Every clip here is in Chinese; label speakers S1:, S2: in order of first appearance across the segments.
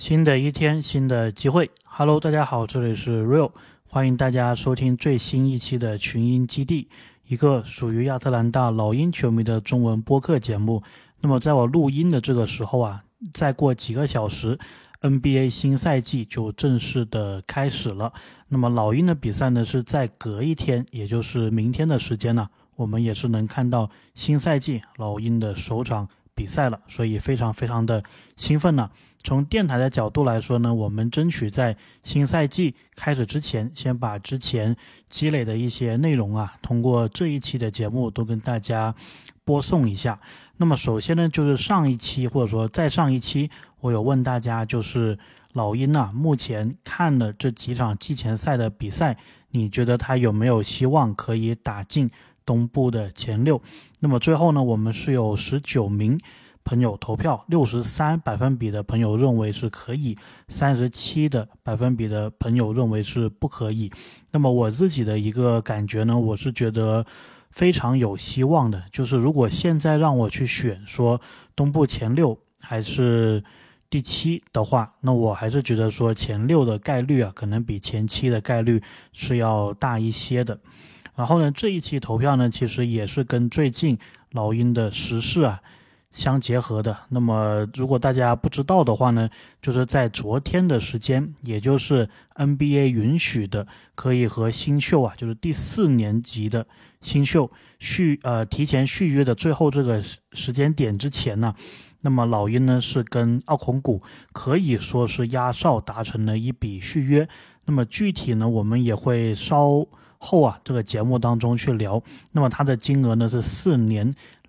S1: 新的一天，新的机会。Hello， 大家好，这里是 Real， 欢迎大家收听最新一期的群英基地，一个属于亚特兰大老鹰球迷的中文播客节目。那么在我录音的这个时候啊，再过几个小时 NBA 新赛季就正式的开始了。那么老鹰的比赛呢是再隔一天，也就是明天的时间呢，我们也是能看到新赛季老鹰的首场比赛了，所以非常非常的兴奋呢。从电台的角度来说呢，我们争取在新赛季开始之前，先把之前积累的一些内容啊，通过这一期的节目都跟大家播送一下。那么首先呢，就是上一期或者说再上一期，我有问大家，就是老鹰啊，目前看了这几场季前赛的比赛，你觉得他有没有希望可以打进东部的前6？那么最后呢，我们是有19名朋友投票，63%的朋友认为是可以，37%的朋友认为是不可以。那么我自己的一个感觉呢，我是觉得非常有希望的，就是如果现在让我去选说东部前6还是第7的话，那我还是觉得说前6的概率啊，可能比前7的概率是要大一些的。然后呢，这一期投票呢，其实也是跟最近老鹰的时事啊相结合的。那么如果大家不知道的话呢，就是在昨天的时间，也就是 NBA 允许的可以和新秀啊，就是第4年级的新秀提前续约的最后这个时间点之前呢，那么老鹰呢是跟奥孔古可以说是压哨达成了一笔续约。那么具体呢，我们也会稍后啊这个节目当中去聊。那么它的金额呢是4年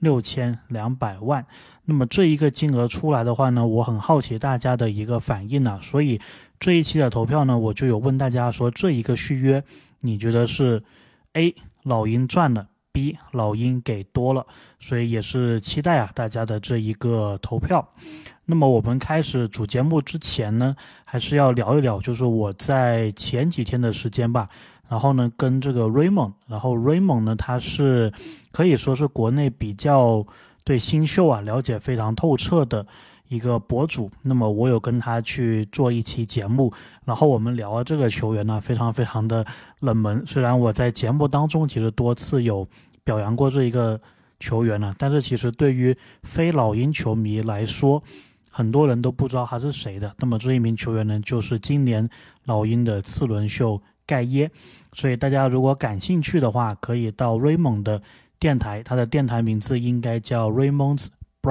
S1: 6200万。那么这一个金额出来的话呢，我很好奇大家的一个反应啊，所以这一期的投票呢，我就有问大家说，这一个续约你觉得是 A 老鹰赚了， B 老鹰给多了？所以也是期待啊大家的这一个投票。那么我们开始主节目之前呢，还是要聊一聊，就是我在前几天的时间吧，然后呢跟这个 Raymond， 然后 Raymond 呢他是可以说是国内比较对新秀啊了解非常透彻的一个博主。那么我有跟他去做一期节目，然后我们聊这个球员呢非常非常的冷门，虽然我在节目当中其实多次有表扬过这一个球员呢，但是其实对于非老鹰球迷来说，很多人都不知道他是谁的。那么这一名球员呢，就是今年老鹰的次轮秀盖耶。所以大家如果感兴趣的话，可以到 Raymond 的电台，他的电台名字应该叫 Raymond's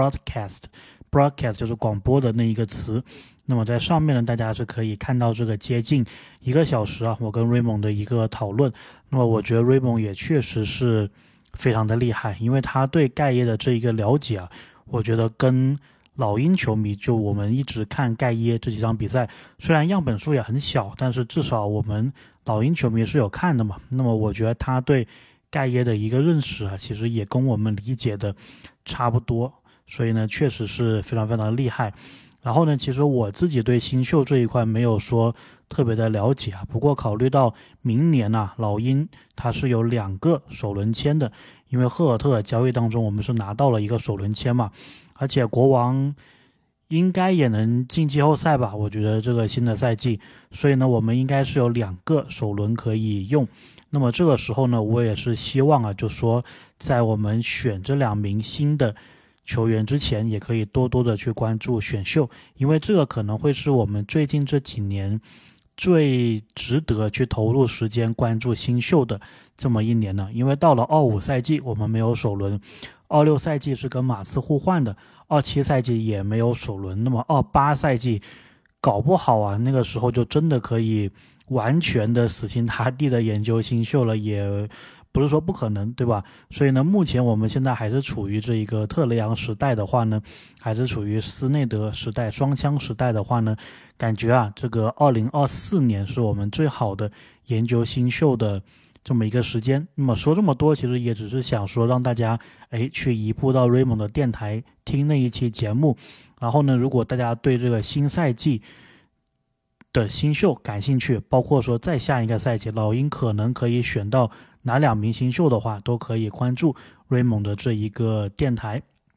S1: Broadcast 就是广播的那一个词。那么在上面呢，大家是可以看到这个接近1个小时啊，我跟 Raymond 的一个讨论。那么我觉得 Raymond 也确实是非常的厉害，因为他对盖耶的这一个了解啊，我觉得跟老鹰球迷，就我们一直看盖耶这几场比赛，虽然样本数也很小，但是至少我们老鹰球迷是有看的嘛。那么我觉得他对盖耶的一个认识啊，其实也跟我们理解的差不多，所以呢确实是非常非常厉害。然后呢，其实我自己对新秀这一块没有说特别的了解啊，不过考虑到明年啊老鹰它是有2个首轮签的，因为赫尔特交易当中我们是拿到了一个首轮签嘛，而且国王应该也能进季后赛吧，我觉得这个新的赛季，所以呢我们应该是有2个首轮可以用。那么这个时候呢，我也是希望啊，就说在我们选这2名新的球员之前，也可以多多的去关注选秀，因为这个可能会是我们最近这几年最值得去投入时间关注新秀的这么一年呢。因为到了25赛季我们没有首轮，26赛季是跟马刺互换的，27赛季也没有首轮，那么28赛季搞不好啊，那个时候就真的可以完全的死心塌地的研究新秀了，也不是说不可能，对吧？所以呢，目前我们现在还是处于这一个特雷杨时代的话呢，还是处于斯内德时代、双枪时代的话呢，感觉啊，这个2024年是我们最好的研究新秀的这么一个时间。那么说这么多，其实也只是想说让大家去移步到 Raymond 的电台听那一期节目。然后呢，如果大家对这个新赛季的新秀感兴趣，包括说再下一个赛季老鹰可能可以选到哪2名新秀的话，都可以关注 Raymond 的这一个电台。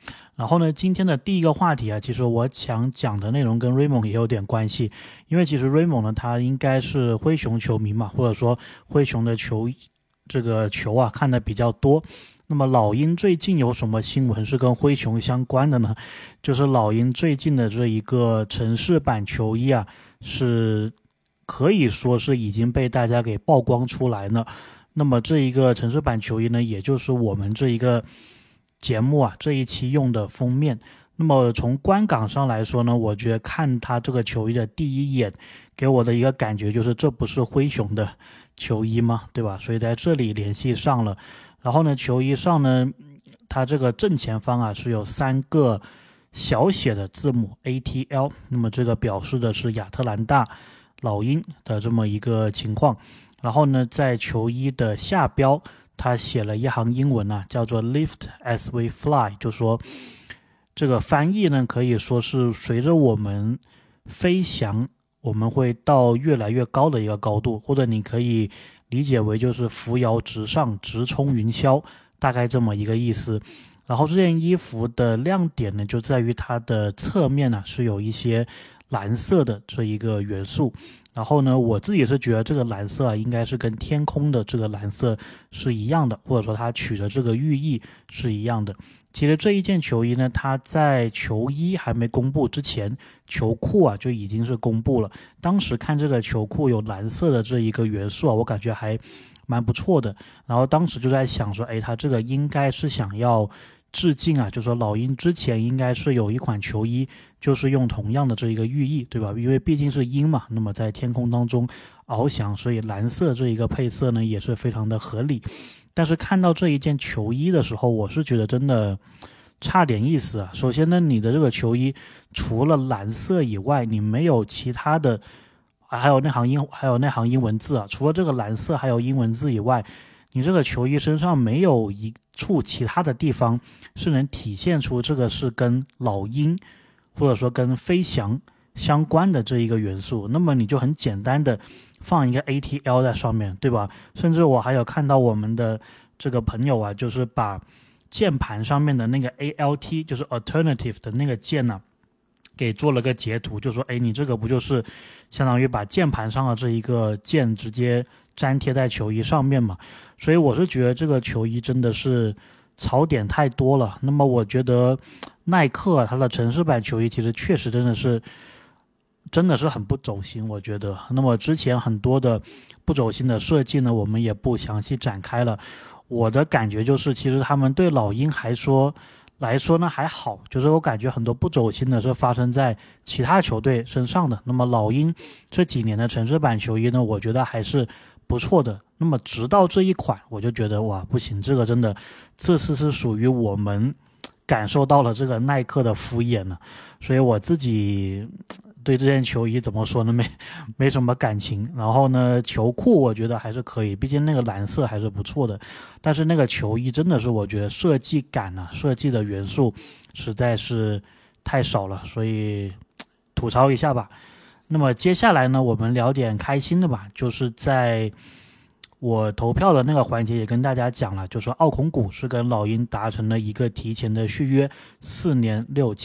S1: 然后呢，今天的第一个话题啊，其实我想讲的内容跟 Raymond 也有点关系，因为其实 Raymond 呢，他应该是灰熊球迷嘛，或者说灰熊的这个球啊看的比较多。那么老鹰最近有什么新闻是跟灰熊相关的呢？就是老鹰最近的这一个城市版球衣啊，是可以说是已经被大家给曝光出来了。那么这一个城市版球衣呢，也就是我们这一个节目啊这一期用的封面。那么从观感上来说呢，我觉得看它这个球衣的第一眼给我的一个感觉就是这不是灰熊的球衣吗？对吧？所以在这里联系上了。然后呢，球衣上呢，它这个正前方啊是有3个小写的字母 ATL， 那么这个表示的是亚特兰大老鹰的这么一个情况。然后呢，在球衣的下标他写了一行英文啊，叫做 Lift as we fly， 就说这个翻译呢可以说是随着我们飞翔，我们会到越来越高的一个高度，或者你可以理解为就是扶摇直上，直冲云霄，大概这么一个意思。然后这件衣服的亮点呢，就在于它的侧面呢是有一些蓝色的这一个元素。然后呢，我自己是觉得这个蓝色啊，应该是跟天空的这个蓝色是一样的，或者说它取的这个寓意是一样的。其实这一件球衣呢，它在球衣还没公布之前，球裤啊就已经是公布了。当时看这个球裤有蓝色的这一个元素啊，我感觉还蛮不错的。然后当时就在想说，它这个应该是想要致敬啊，就说老鹰之前应该是有一款球衣，就是用同样的这一个寓意，对吧？因为毕竟是鹰嘛，那么在天空当中翱翔，所以蓝色这一个配色呢也是非常的合理。但是看到这一件球衣的时候，我是觉得真的差点意思啊。首先呢，你的这个球衣除了蓝色以外，你没有其他的，还有那行英文字啊，除了这个蓝色还有英文字以外，你这个球衣身上没有一处其他的地方是能体现出这个是跟老鹰或者说跟飞翔相关的这一个元素，那么你就很简单的放一个 ATL 在上面，对吧？甚至我还有看到我们的这个朋友啊，就是把键盘上面的那个 ALT 就是 alternative 的那个键呢给做了个截图，就说你这个不就是相当于把键盘上的这一个键直接粘贴在球衣上面嘛？所以我是觉得这个球衣真的是槽点太多了。那么我觉得耐克它的城市版球衣其实确实真的是很不走心，我觉得。那么之前很多的不走心的设计呢，我们也不详细展开了。我的感觉就是，其实他们对老鹰来说呢还好，就是我感觉很多不走心的是发生在其他球队身上的。那么老鹰这几年的城市版球衣呢，我觉得还是不错的。那么直到这一款，我就觉得哇不行，这个真的这次是属于我们感受到了这个耐克的敷衍了。所以我自己对这件球衣怎么说呢，没什么感情。然后呢，球裤我觉得还是可以，毕竟那个蓝色还是不错的。但是那个球衣真的是我觉得设计感啊，设计的元素实在是太少了，所以吐槽一下吧。那么接下来呢，我们聊点开心的吧，就是在我投票的那个环节也跟大家讲了，就是奥孔古是跟老鹰达成了一个提前的续约，4年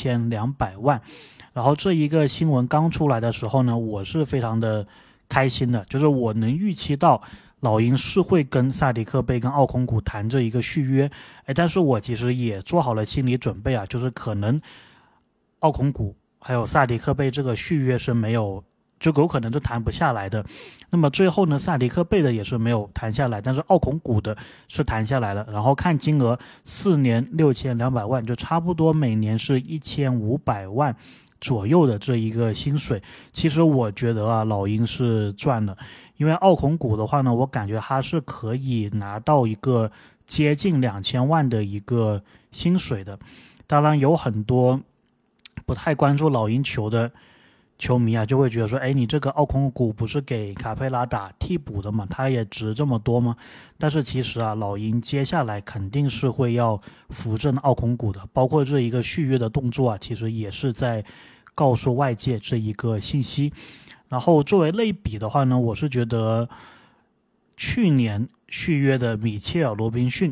S1: 6200万。然后这一个新闻刚出来的时候呢，我是非常的开心的，就是我能预期到老鹰是会跟萨迪克贝跟奥孔古谈这一个续约，但是我其实也做好了心理准备啊，就是可能奥孔古还有萨迪克贝这个续约是没有，就有可能是谈不下来的。那么最后呢，萨迪克贝的也是没有谈下来，但是奥孔古的是谈下来了。然后看金额4年6200万，就差不多每年是1500万左右的这一个薪水。其实我觉得啊，老鹰是赚了，因为奥孔古的话呢，我感觉他是可以拿到一个接近2000万的一个薪水的。当然有很多不太关注老鹰球的球迷啊，就会觉得说，你这个奥孔古不是给卡佩拉打替补的嘛，他也值这么多吗？但是其实啊，老鹰接下来肯定是会要扶正奥孔古的，包括这一个续约的动作啊，其实也是在告诉外界这一个信息。然后作为类比的话呢，我是觉得去年续约的米切尔·罗宾逊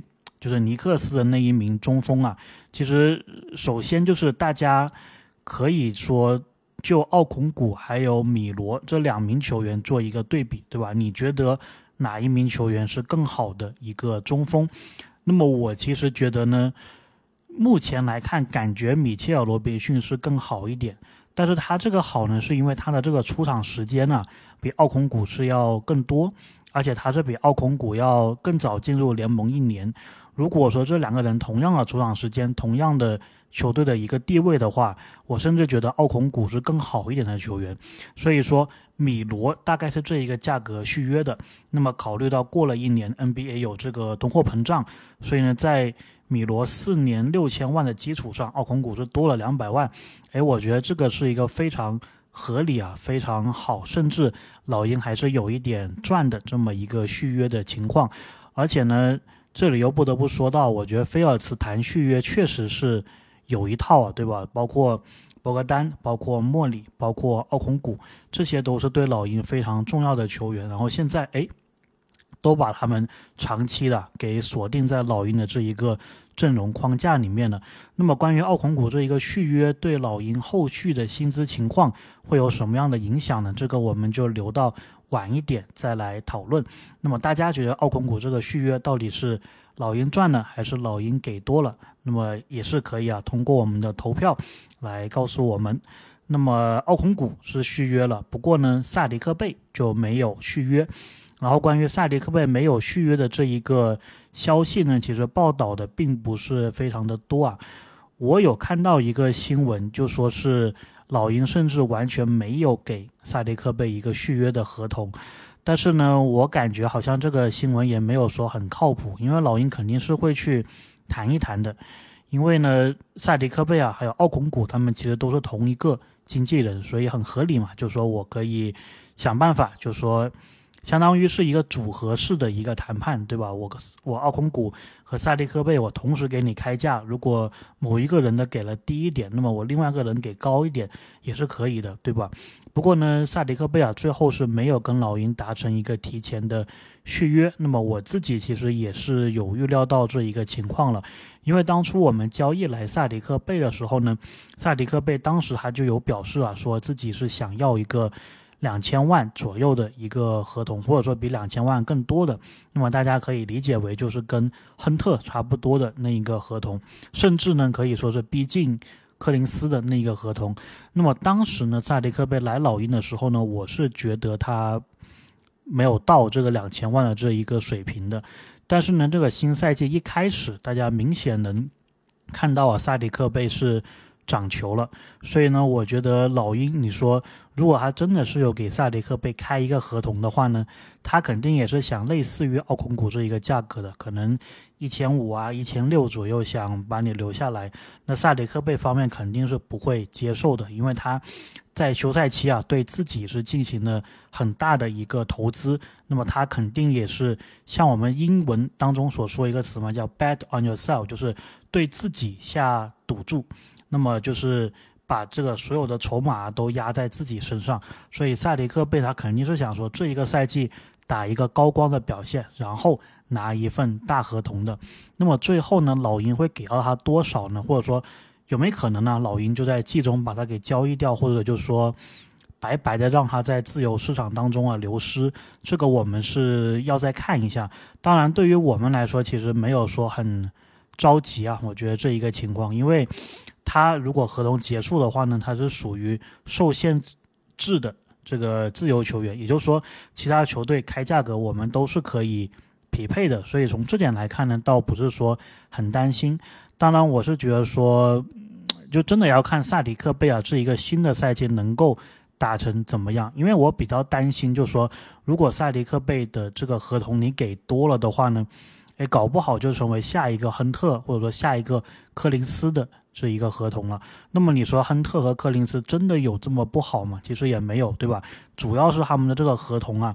S1: 就是尼克斯的那一名中锋啊，其实首先就是大家可以说就奥孔古还有米罗这2名球员做一个对比，对吧？你觉得哪一名球员是更好的一个中锋？那么我其实觉得呢，目前来看感觉米切尔·罗宾逊是更好一点，但是他这个好呢，是因为他的这个出场时间呢，比奥孔古是要更多，而且他是比奥孔古要更早进入联盟1年。如果说这2个人同样的出场时间，同样的球队的一个地位的话，我甚至觉得奥孔古是更好一点的球员。所以说米罗大概是这一个价格续约的。那么考虑到过了1年 NBA 有这个通货膨胀，所以呢在米罗4年6000万的基础上，奥孔古是多了200万。我觉得这个是一个非常合理啊，非常好，甚至老鹰还是有一点赚的这么一个续约的情况。而且呢这里又不得不说到，我觉得菲尔茨谈续约确实是有一套啊，对吧？包括博格丹，包括莫里，包括奥孔古，这些都是对老鹰非常重要的球员。然后现在都把他们长期的给锁定在老鹰的这一个阵容框架里面了。那么关于奥孔古这一个续约对老鹰后续的薪资情况会有什么样的影响呢？这个我们就留到晚一点再来讨论。那么大家觉得奥孔古这个续约到底是老鹰赚了还是老鹰给多了？那么也是可以通过我们的投票来告诉我们。那么奥孔古是续约了，不过呢萨迪克贝就没有续约。然后关于萨迪克贝没有续约的这一个消息呢，其实报道的并不是非常的多啊。我有看到一个新闻，就说是老鹰甚至完全没有给萨迪克贝一个续约的合同。但是呢我感觉好像这个新闻也没有说很靠谱，因为老鹰肯定是会去谈一谈的。因为呢萨迪克贝还有奥孔古他们其实都是同一个经纪人，所以很合理嘛，就说我可以想办法，就说相当于是一个组合式的一个谈判，对吧？我奥孔古和萨迪克贝我同时给你开价，如果某一个人的给了低一点，那么我另外一个人给高一点也是可以的，对吧？不过呢萨迪克贝最后是没有跟老鹰达成一个提前的续约。那么我自己其实也是有预料到这一个情况了，因为当初我们交易来萨迪克贝的时候呢，萨迪克贝当时他就有表示说自己是想要一个2000万左右的一个合同，或者说比2000万更多的。那么大家可以理解为就是跟亨特差不多的那一个合同，甚至呢可以说是逼近柯林斯的那一个合同。那么当时呢萨迪克贝来老鹰的时候呢，我是觉得他没有到这个2000万的这一个水平的。但是呢这个新赛季一开始，大家明显能看到萨迪克贝是涨球了。所以呢我觉得老鹰，你说如果他真的是有给萨迪克贝开一个合同的话呢，他肯定也是想类似于奥孔古这一个价格的，可能1500 1600左右想把你留下来。那萨迪克贝方面肯定是不会接受的，因为他在休赛期对自己是进行了很大的一个投资。那么他肯定也是像我们英文当中所说一个词嘛，叫 bet on yourself， 就是对自己下赌注，那么就是把这个所有的筹码都压在自己身上。所以萨迪克贝他肯定是想说这一个赛季打一个高光的表现，然后拿一份大合同的。那么最后呢老鹰会给到他多少呢？或者说有没有可能呢老鹰就在季中把他给交易掉，或者就说白白的让他在自由市场当中流失？这个我们是要再看一下。当然对于我们来说其实没有说很着急我觉得这一个情况，因为他如果合同结束的话呢，他是属于受限制的这个自由球员，也就是说其他球队开价格我们都是可以匹配的。所以从这点来看呢，倒不是说很担心。当然我是觉得说就真的要看萨迪克贝这一个新的赛季能够打成怎么样。因为我比较担心就是说如果萨迪克贝的这个合同你给多了的话呢，搞不好就成为下一个亨特或者说下一个柯林斯的这一个合同了。那么你说亨特和柯林斯真的有这么不好吗？其实也没有，对吧？主要是他们的这个合同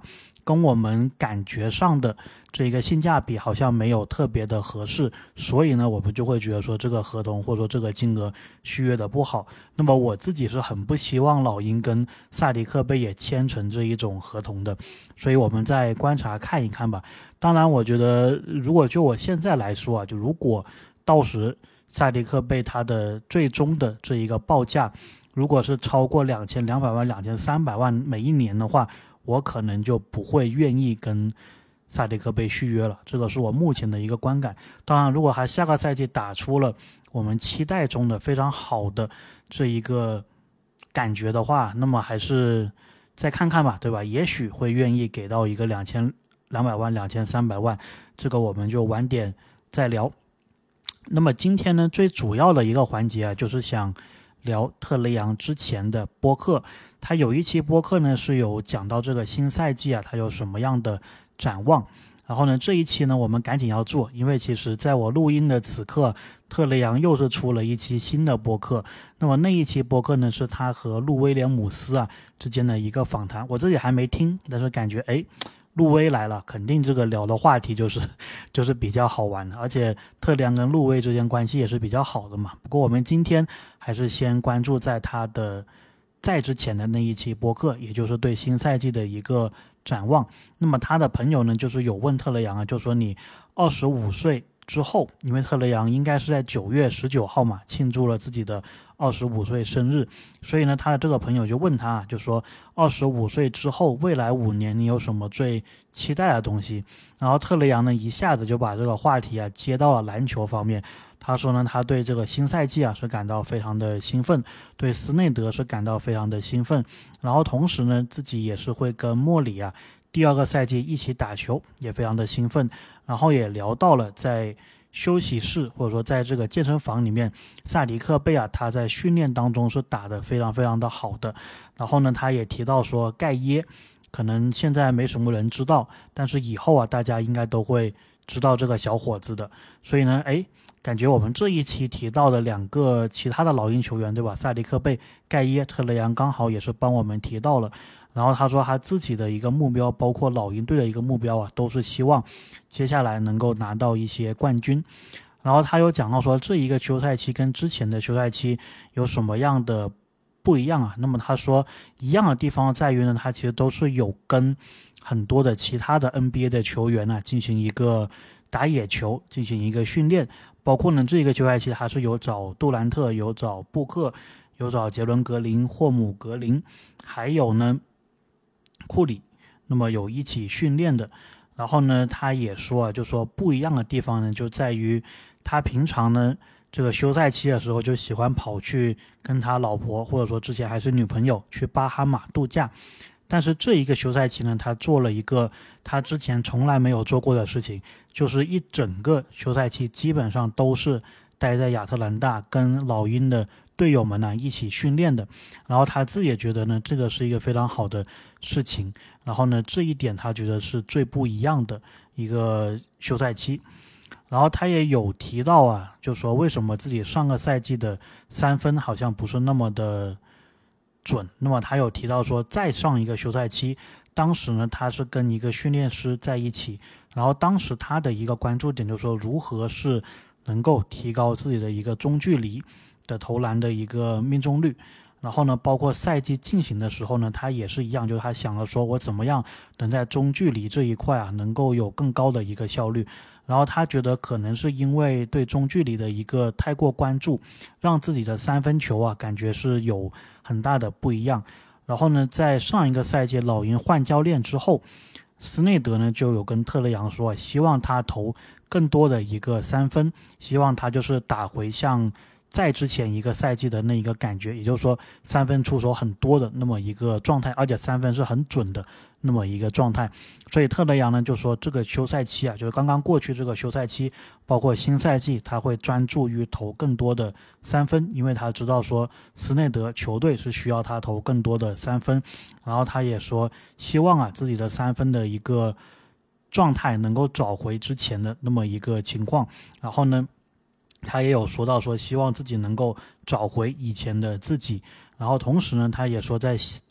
S1: 跟我们感觉上的这一个性价比好像没有特别的合适，所以呢我们就会觉得说这个合同或者说这个金额续约的不好。那么我自己是很不希望老鹰跟萨迪克贝也签成这一种合同的，所以我们再观察看一看吧。当然我觉得如果就我现在来说啊，就如果到时萨迪克贝他的最终的这一个报价如果是超过2200万、2300万每一年的话，我可能就不会愿意跟萨迪克贝续约了，这个是我目前的一个观感。当然如果他下个赛季打出了我们期待中的非常好的这一个感觉的话，那么还是再看看吧，对吧？也许会愿意给到一个2200万、2300万，这个我们就晚点再聊。那么今天呢，最主要的一个环节啊，就是想聊特雷杨之前的播客。他有一期播客呢是有讲到这个新赛季啊，他有什么样的展望。然后呢，这一期呢我们赶紧要做，因为其实在我录音的此刻，特雷杨又是出了一期新的播客。那么那一期播客呢是他和路威廉姆斯之间的一个访谈，我自己还没听，但是感觉路威来了，肯定这个聊的话题就是比较好玩的，而且特雷杨跟路威之间关系也是比较好的嘛。不过我们今天还是先关注在他的在之前的那一期播客，也就是对新赛季的一个展望。那么他的朋友呢就是有问特雷杨就说你25岁之后，因为特雷杨应该是在9月19号嘛庆祝了自己的25岁生日，所以呢他的这个朋友就问他，就说25岁之后未来5年你有什么最期待的东西。然后特雷杨呢一下子就把这个话题接到了篮球方面。他说呢他对这个新赛季是感到非常的兴奋，对斯内德是感到非常的兴奋，然后同时呢自己也是会跟莫里第二个赛季一起打球，也非常的兴奋。然后也聊到了在休息室或者说在这个健身房里面，萨迪克贝他在训练当中是打得非常非常的好的。然后呢他也提到说盖耶可能现在没什么人知道，但是以后大家应该都会知道这个小伙子的。所以呢感觉我们这一期提到的2个其他的老鹰球员，对吧？萨迪克贝、盖耶、特雷杨刚好也是帮我们提到了。然后他说他自己的一个目标，包括老鹰队的一个目标都是希望接下来能够拿到一些冠军。然后他有讲到说这一个休赛期跟之前的休赛期有什么样的不一样那么他说一样的地方在于呢，他其实都是有跟很多的其他的 NBA 的球员进行一个打野球，进行一个训练。包括呢这个休赛期还是有找杜兰特，有找布克，有找杰伦格林、霍姆格林，还有呢库里，那么有一起训练的。然后呢他也说就说不一样的地方呢就在于他平常呢这个休赛期的时候就喜欢跑去跟他老婆或者说之前还是女朋友去巴哈马度假，但是这一个休赛期呢他做了一个他之前从来没有做过的事情，就是一整个休赛期基本上都是待在亚特兰大跟老鹰的队友们一起训练的。然后他自己也觉得呢这个是一个非常好的事情，然后呢这一点他觉得是最不一样的一个休赛期。然后他也有提到就说为什么自己上个赛季的3分好像不是那么的准。那么他有提到说再上一个休赛期，当时呢他是跟一个训练师在一起，然后当时他的一个关注点就是说如何是能够提高自己的一个中距离的投篮的一个命中率。然后呢包括赛季进行的时候呢他也是一样，就是他想了说我怎么样能在中距离这一块能够有更高的一个效率。然后他觉得可能是因为对中距离的一个太过关注，让自己的3分球感觉是有很大的不一样。然后呢在上一个赛季老鹰换教练之后，斯内德呢就有跟特雷杨说希望他投更多的一个3分，希望他就是打回像在之前一个赛季的那一个感觉，也就是说3分出手很多的那么一个状态，而且3分是很准的那么一个状态。所以特雷杨呢就说这个休赛期就是刚刚过去这个休赛期，包括新赛季他会专注于投更多的3分，因为他知道说斯内德球队是需要他投更多的3分。然后他也说希望自己的3分的一个状态能够找回之前的那么一个情况。然后呢他也有说到说希望自己能够找回以前的自己。然后同时呢他也说在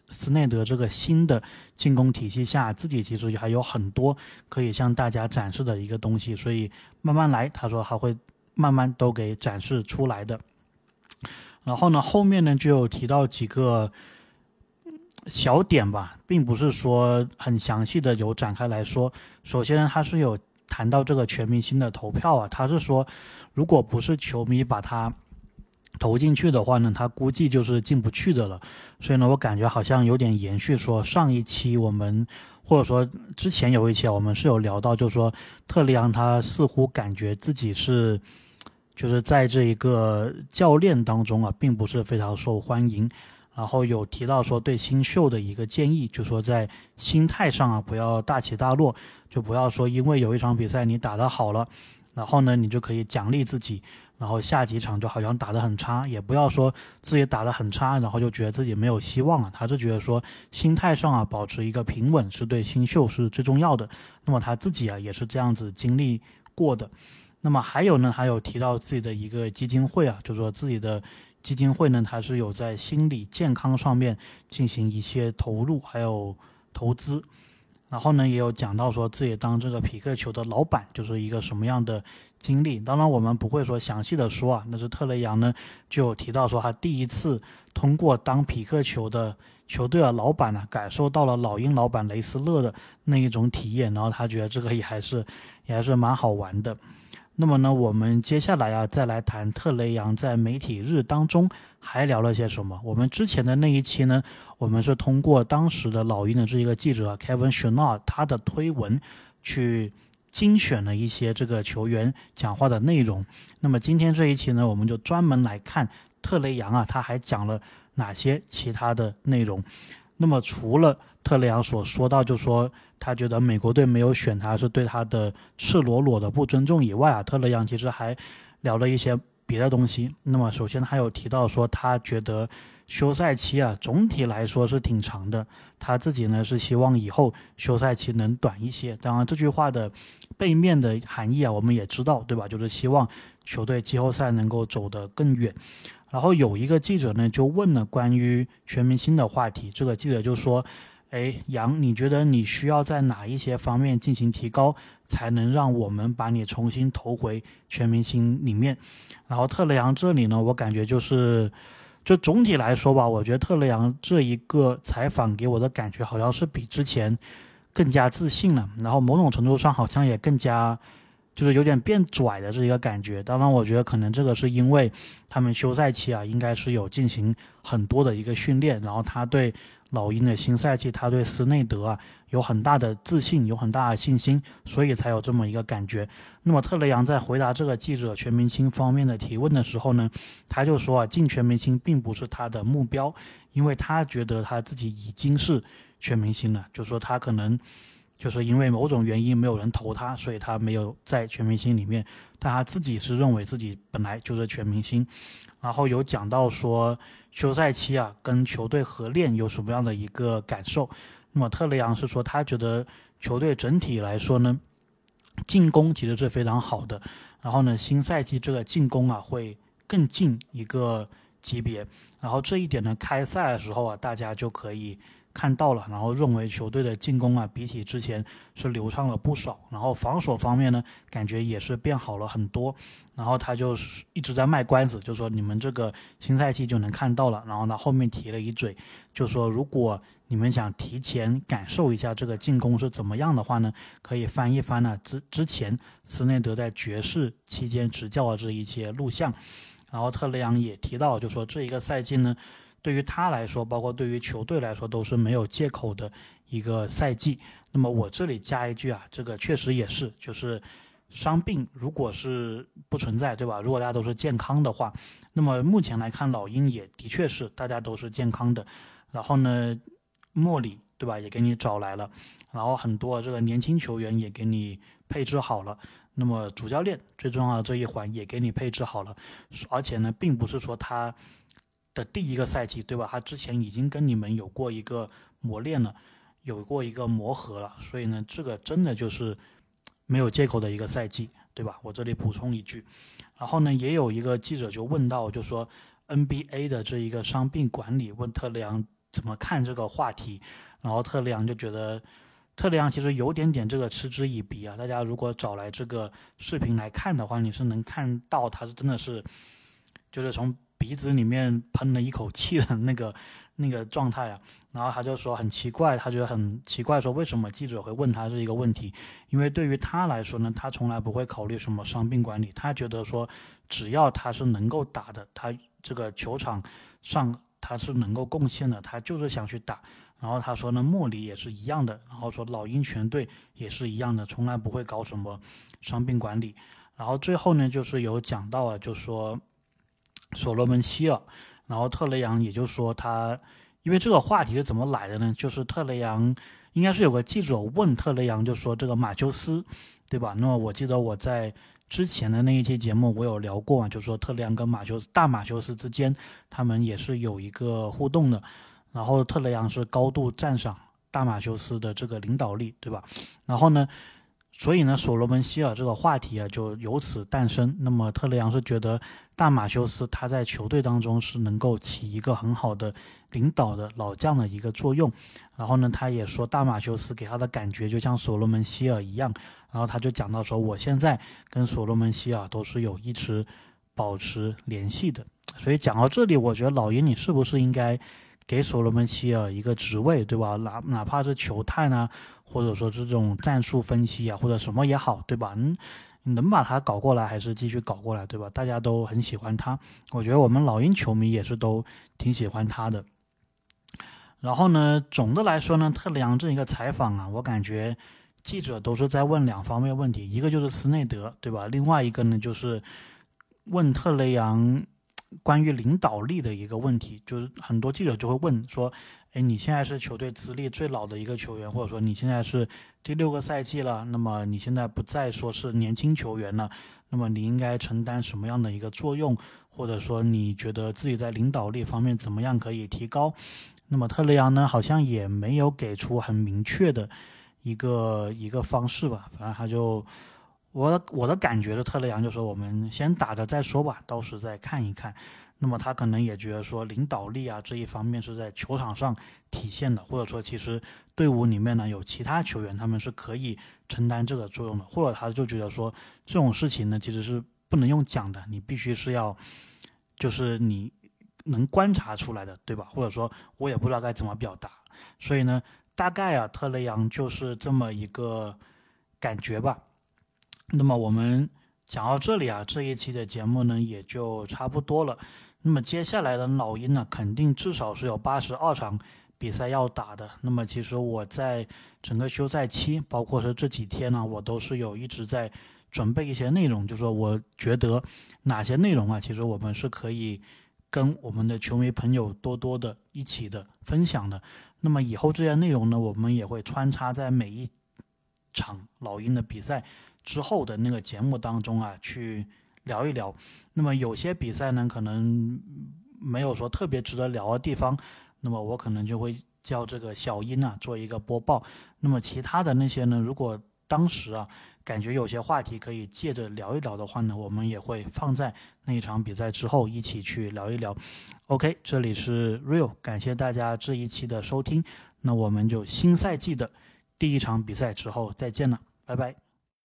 S1: 斯内德这个新的进攻体系下，自己其实还有很多可以向大家展示的一个东西，所以慢慢来，他说他会慢慢都给展示出来的。然后呢，后面呢就有提到几个小点吧，并不是说很详细的有展开来说。首先呢，他是有谈到这个全明星的投票啊，他是说如果不是球迷把他投进去的话呢，他估计就是进不去的了。所以呢，我感觉好像有点延续说上一期我们或者说之前有一期我们是有聊到，就是说特雷杨他似乎感觉自己是就是在这一个教练当中啊，并不是非常受欢迎。然后有提到说对新秀的一个建议，就说在心态上啊不要大起大落，就不要说因为有一场比赛你打得好了，然后呢你就可以奖励自己，然后下几场就好像打得很差，也不要说自己打得很差，然后就觉得自己没有希望了。他是觉得说心态上啊保持一个平稳是对新秀是最重要的。那么他自己啊也是这样子经历过的。那么还有呢，还有提到自己的一个基金会啊，就说自己的基金会呢，它是有在心理健康上面进行一些投入还有投资。然后呢也有讲到说自己当这个匹克球的老板就是一个什么样的经历。当然我们不会说详细的说啊，但是特雷杨呢就有提到说他第一次通过当匹克球的球队的老板呢，感受到了老鹰老板雷斯勒的那一种体验，然后他觉得这个也还是蛮好玩的。那么呢，我们接下来啊，再来谈特雷杨在媒体日当中还聊了些什么。我们之前的那一期呢，我们是通过当时的老鹰的这一个记者 Kevin Chouinard 他的推文去精选了一些这个球员讲话的内容。那么今天这一期呢，我们就专门来看特雷杨啊，他还讲了哪些其他的内容。那么除了特雷杨所说到，就说他觉得美国队没有选他是对他的赤裸裸的不尊重以外啊，特雷杨其实还聊了一些别的东西。那么首先他有提到说他觉得休赛期啊总体来说是挺长的，他自己呢是希望以后休赛期能短一些。当然这句话的背面的含义啊我们也知道，对吧，就是希望球队季后赛能够走得更远。然后有一个记者呢就问了关于全明星的话题，这个记者就说杨，你觉得你需要在哪一些方面进行提高，才能让我们把你重新投回全明星里面？然后特雷杨这里呢，我感觉就总体来说吧，我觉得特雷杨这一个采访给我的感觉好像是比之前更加自信了，然后某种程度上好像也更加就是有点变拽的这一个感觉。当然我觉得可能这个是因为他们休赛期啊应该是有进行很多的一个训练，然后他对老鹰的新赛季他对斯内德啊有很大的自信，有很大的信心，所以才有这么一个感觉。那么特雷杨在回答这个记者全明星方面的提问的时候呢，他就说啊，进全明星并不是他的目标，因为他觉得他自己已经是全明星了，就说他可能就是因为某种原因没有人投他，所以他没有在全明星里面，但他自己是认为自己本来就是全明星。然后有讲到说休赛期啊跟球队合练有什么样的一个感受。那么特雷杨是说他觉得球队整体来说呢进攻其实是非常好的，然后呢新赛季这个进攻啊会更进一个级别，然后这一点呢开赛的时候啊大家就可以看到了，然后认为球队的进攻啊比起之前是流畅了不少，然后防守方面呢感觉也是变好了很多。然后他就一直在卖关子，就说你们这个新赛季就能看到了。然后呢后面提了一嘴，就说如果你们想提前感受一下这个进攻是怎么样的话呢，可以翻一翻呢之前斯内德在爵士期间执教的这一些录像。然后特雷杨也提到，就说这一个赛季呢对于他来说包括对于球队来说都是没有借口的一个赛季。那么我这里加一句啊，这个确实也是，就是伤病如果是不存在，对吧，如果大家都是健康的话，那么目前来看老鹰也的确是大家都是健康的。然后呢莫里对吧也给你找来了，然后很多这个年轻球员也给你配置好了，那么主教练最重要的这一环也给你配置好了。而且呢并不是说他的第一个赛季，对吧，他之前已经跟你们有过一个磨练了，有过一个磨合了，所以呢这个真的就是没有借口的一个赛季，对吧，我这里补充一句。然后呢也有一个记者就问到，就说 NBA 的这一个伤病管理，问特雷杨怎么看这个话题。然后特雷杨就觉得特雷杨其实有点这个嗤之以鼻啊。大家如果找来这个视频来看的话，你是能看到他是真的是就是从鼻子里面喷了一口气的那个状态啊。然后他就说很奇怪，他觉得很奇怪，说为什么记者会问他这一个问题？因为对于他来说呢，他从来不会考虑什么伤病管理，他觉得说只要他是能够打的，他这个球场上他是能够贡献的，他就是想去打。然后他说呢，莫里也是一样的，然后说老鹰全队也是一样的，从来不会搞什么伤病管理。然后最后呢，就是有讲到啊，就说所罗门希尔，然后特雷杨也就说他，因为这个话题是怎么来的呢？就是特雷杨应该是有个记者问特雷杨，就说这个马修斯，对吧？那么我记得我在之前的那一期节目我有聊过啊，就说特雷杨跟大马修斯之间，他们也是有一个互动的。然后特雷杨是高度赞赏大马修斯的这个领导力，对吧？然后呢，所以呢，所罗门希尔这个话题啊就由此诞生。那么特雷杨是觉得大马修斯他在球队当中是能够起一个很好的领导的老将的一个作用。然后呢，他也说大马修斯给他的感觉就像所罗门希尔一样。然后他就讲到说，我现在跟所罗门希尔都是一直保持联系的。所以讲到这里，我觉得老鹰你是不是应该给所罗门希尔一个职位，对吧？哪怕是球探啊，或者说这种战术分析啊，或者什么也好，对吧？你能把他搞过来，还是继续搞过来，对吧？大家都很喜欢他，我觉得我们老鹰球迷也是都挺喜欢他的。然后呢，总的来说呢，特雷杨这一个采访啊，我感觉记者都是在问两方面问题，一个就是斯内德，对吧？另外一个呢，就是问特雷杨关于领导力的一个问题，就是很多记者就会问说，你现在是球队资历最老的一个球员，或者说你现在是第6个赛季了，那么你现在不再说是年轻球员了，那么你应该承担什么样的一个作用，或者说你觉得自己在领导力方面怎么样可以提高？那么特雷杨呢，好像也没有给出很明确的一个方式吧，反正他就我的感觉的特雷杨就说我们先打着再说吧，到时再看一看。那么他可能也觉得说领导力啊这一方面是在球场上体现的，或者说其实队伍里面呢有其他球员他们是可以承担这个作用的，或者他就觉得说这种事情呢其实是不能用讲的，你必须是要就是你能观察出来的，对吧？或者说我也不知道该怎么表达。所以呢，大概啊特雷杨就是这么一个感觉吧。那么我们讲到这里啊，这一期的节目呢也就差不多了。那么接下来的老鹰呢，肯定至少是有82场比赛要打的。那么其实我在整个休赛期，包括是这几天呢，我都是有一直在准备一些内容，就是说我觉得哪些内容啊，其实我们是可以跟我们的球迷朋友多多的一起的分享的。那么以后这些内容呢，我们也会穿插在每一场老鹰的比赛之后的那个节目当中啊，去聊一聊。那么有些比赛呢，可能没有说特别值得聊的地方，那么我可能就会叫这个小鹰啊做一个播报。那么其他的那些呢，如果当时啊感觉有些话题可以借着聊一聊的话呢，我们也会放在那一场比赛之后一起去聊一聊。OK， 这里是 Real， 感谢大家这一期的收听，那我们就新赛季的第一场比赛之后再见了，拜拜。